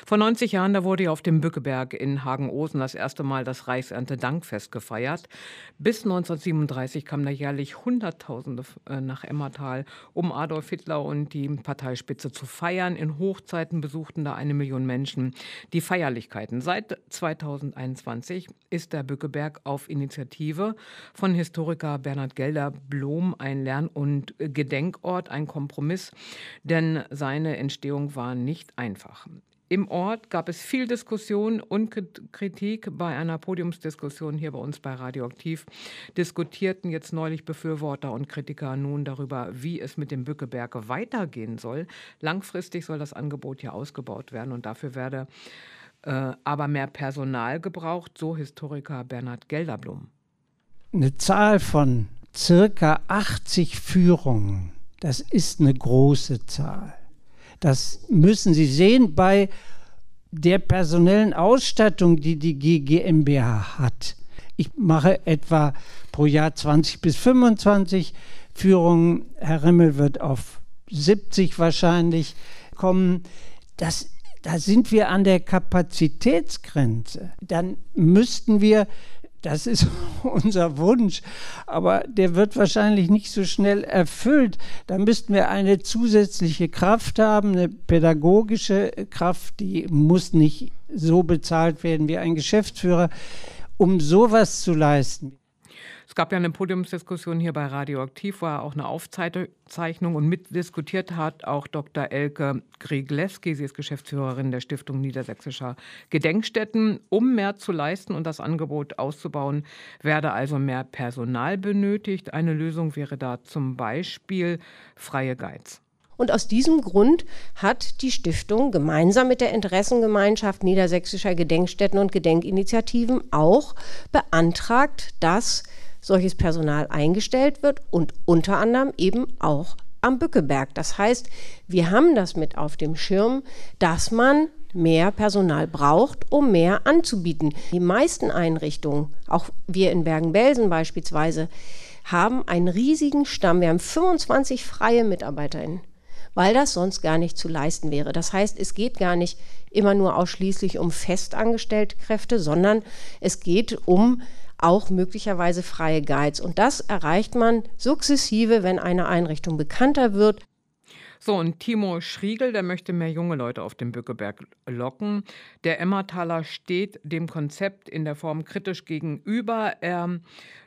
Vor 90 Jahren, da wurde ja auf dem Bückeberg in Hagen-Osen das erste Mal das Reichserntedankfest gefeiert. Bis 1937 kamen da jährlich Hunderttausende nach Emmertal, um Adolf Hitler und die Parteispitze zu feiern. In Hochzeiten besuchten da 1 Million Menschen die Feierlichkeiten. Seit 2021 ist der Bückeberg auf Initiative von Historiker Bernhard Gelder-Blom ein Lern- und Gedenkort, ein Kompromiss, denn seine Entstehung war nicht einfach. Im Ort gab es viel Diskussion und Kritik. Bei einer Podiumsdiskussion hier bei uns bei Radioaktiv diskutierten jetzt neulich Befürworter und Kritiker nun darüber, wie es mit dem Bückeberg weitergehen soll. Langfristig soll das Angebot ja ausgebaut werden und dafür werde aber mehr Personal gebraucht, so Historiker Bernhard Gelder-Blom. Eine Zahl von circa 80 Führungen, das ist eine große Zahl. Das müssen Sie sehen bei der personellen Ausstattung, die die GmbH hat. Ich mache etwa pro Jahr 20 bis 25 Führungen. Herr Rimmel wird auf 70 wahrscheinlich kommen. Da sind wir an der Kapazitätsgrenze. Dann müssten wir, das ist unser Wunsch, aber der wird wahrscheinlich nicht so schnell erfüllt. Da müssten wir eine zusätzliche Kraft haben, eine pädagogische Kraft, die muss nicht so bezahlt werden wie ein Geschäftsführer, um sowas zu leisten. Es gab ja eine Podiumsdiskussion hier bei Radioaktiv, war auch eine Aufzeichnung und mitdiskutiert hat auch Dr. Elke Grigleski. Sie ist Geschäftsführerin der Stiftung Niedersächsischer Gedenkstätten. Um mehr zu leisten und das Angebot auszubauen, werde also mehr Personal benötigt. Eine Lösung wäre da zum Beispiel freie Guides. Und aus diesem Grund hat die Stiftung gemeinsam mit der Interessengemeinschaft Niedersächsischer Gedenkstätten und Gedenkinitiativen auch beantragt, dass solches Personal eingestellt wird und unter anderem eben auch am Bückeberg. Das heißt, wir haben das mit auf dem Schirm, dass man mehr Personal braucht, um mehr anzubieten. Die meisten Einrichtungen, auch wir in Bergen-Belsen beispielsweise, haben einen riesigen Stamm. Wir haben 25 freie MitarbeiterInnen, weil das sonst gar nicht zu leisten wäre. Das heißt, es geht gar nicht immer nur ausschließlich um festangestellte Kräfte, sondern es geht um auch möglicherweise freie Guides. Und das erreicht man sukzessive, wenn eine Einrichtung bekannter wird. So, und Timo Schriegel, der möchte mehr junge Leute auf den Bückeberg locken. Der Emmertaler steht dem Konzept in der Form kritisch gegenüber. Er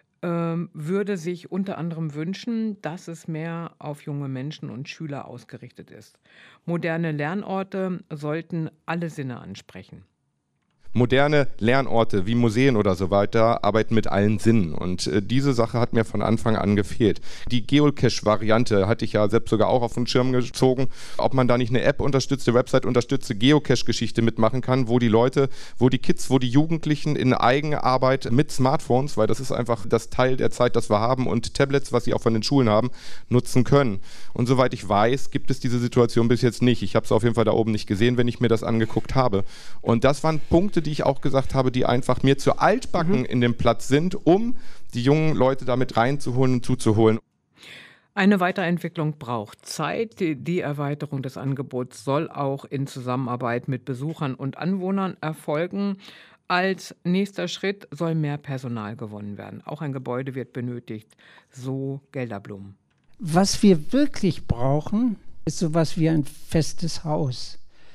würde sich unter anderem wünschen, dass es mehr auf junge Menschen und Schüler ausgerichtet ist. Moderne Lernorte sollten alle Sinne ansprechen. Moderne Lernorte wie Museen oder so weiter arbeiten mit allen Sinnen und diese Sache hat mir von Anfang an gefehlt. Die Geocache-Variante hatte ich ja selbst sogar auch auf den Schirm gezogen, ob man da nicht eine App unterstützte, Website unterstützte, Geocache-Geschichte mitmachen kann, wo die Leute, wo die Kids, wo die Jugendlichen in Eigenarbeit mit Smartphones, weil das ist einfach das Teil der Zeit, das wir haben und Tablets, was sie auch von den Schulen haben, nutzen können. Und soweit ich weiß, gibt es diese Situation bis jetzt nicht. Ich habe es auf jeden Fall da oben nicht gesehen, wenn ich mir das angeguckt habe. Und das waren Punkte, die ich auch gesagt habe, die einfach mir zu altbacken in dem Platz sind, um die jungen Leute damit reinzuholen und zuzuholen. Eine Weiterentwicklung braucht Zeit. Die Erweiterung des Angebots soll auch in Zusammenarbeit mit Besuchern und Anwohnern erfolgen. Als nächster Schritt soll mehr Personal gewonnen werden. Auch ein Gebäude wird benötigt, so Gelder-Blum. Was wir wirklich brauchen, ist sowas wie ein festes Haus.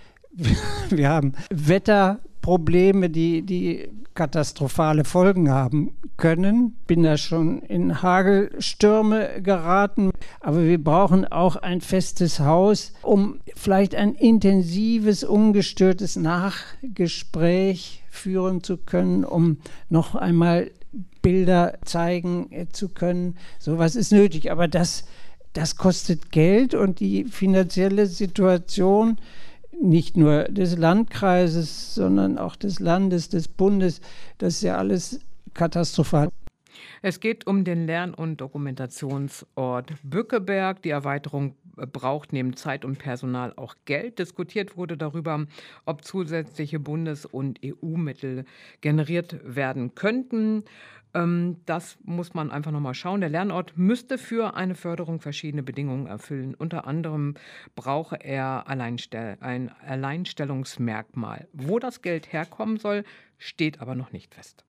Wir haben Wetterprobleme, die katastrophale Folgen haben können. Bin da schon in Hagelstürme geraten. Aber wir brauchen auch ein festes Haus, um vielleicht ein intensives, ungestörtes Nachgespräch führen zu können, um noch einmal Bilder zeigen zu können. Sowas ist nötig, aber das kostet Geld und die finanzielle Situation nicht nur des Landkreises, sondern auch des Landes, des Bundes, das ist ja alles katastrophal. Es geht um den Lern- und Dokumentationsort Bückeberg. Die Erweiterung braucht neben Zeit und Personal auch Geld. Diskutiert wurde darüber, ob zusätzliche Bundes- und EU-Mittel generiert werden könnten. Das muss man einfach nochmal schauen. Der Lernort müsste für eine Förderung verschiedene Bedingungen erfüllen. Unter anderem brauche er ein Alleinstellungsmerkmal. Wo das Geld herkommen soll, steht aber noch nicht fest.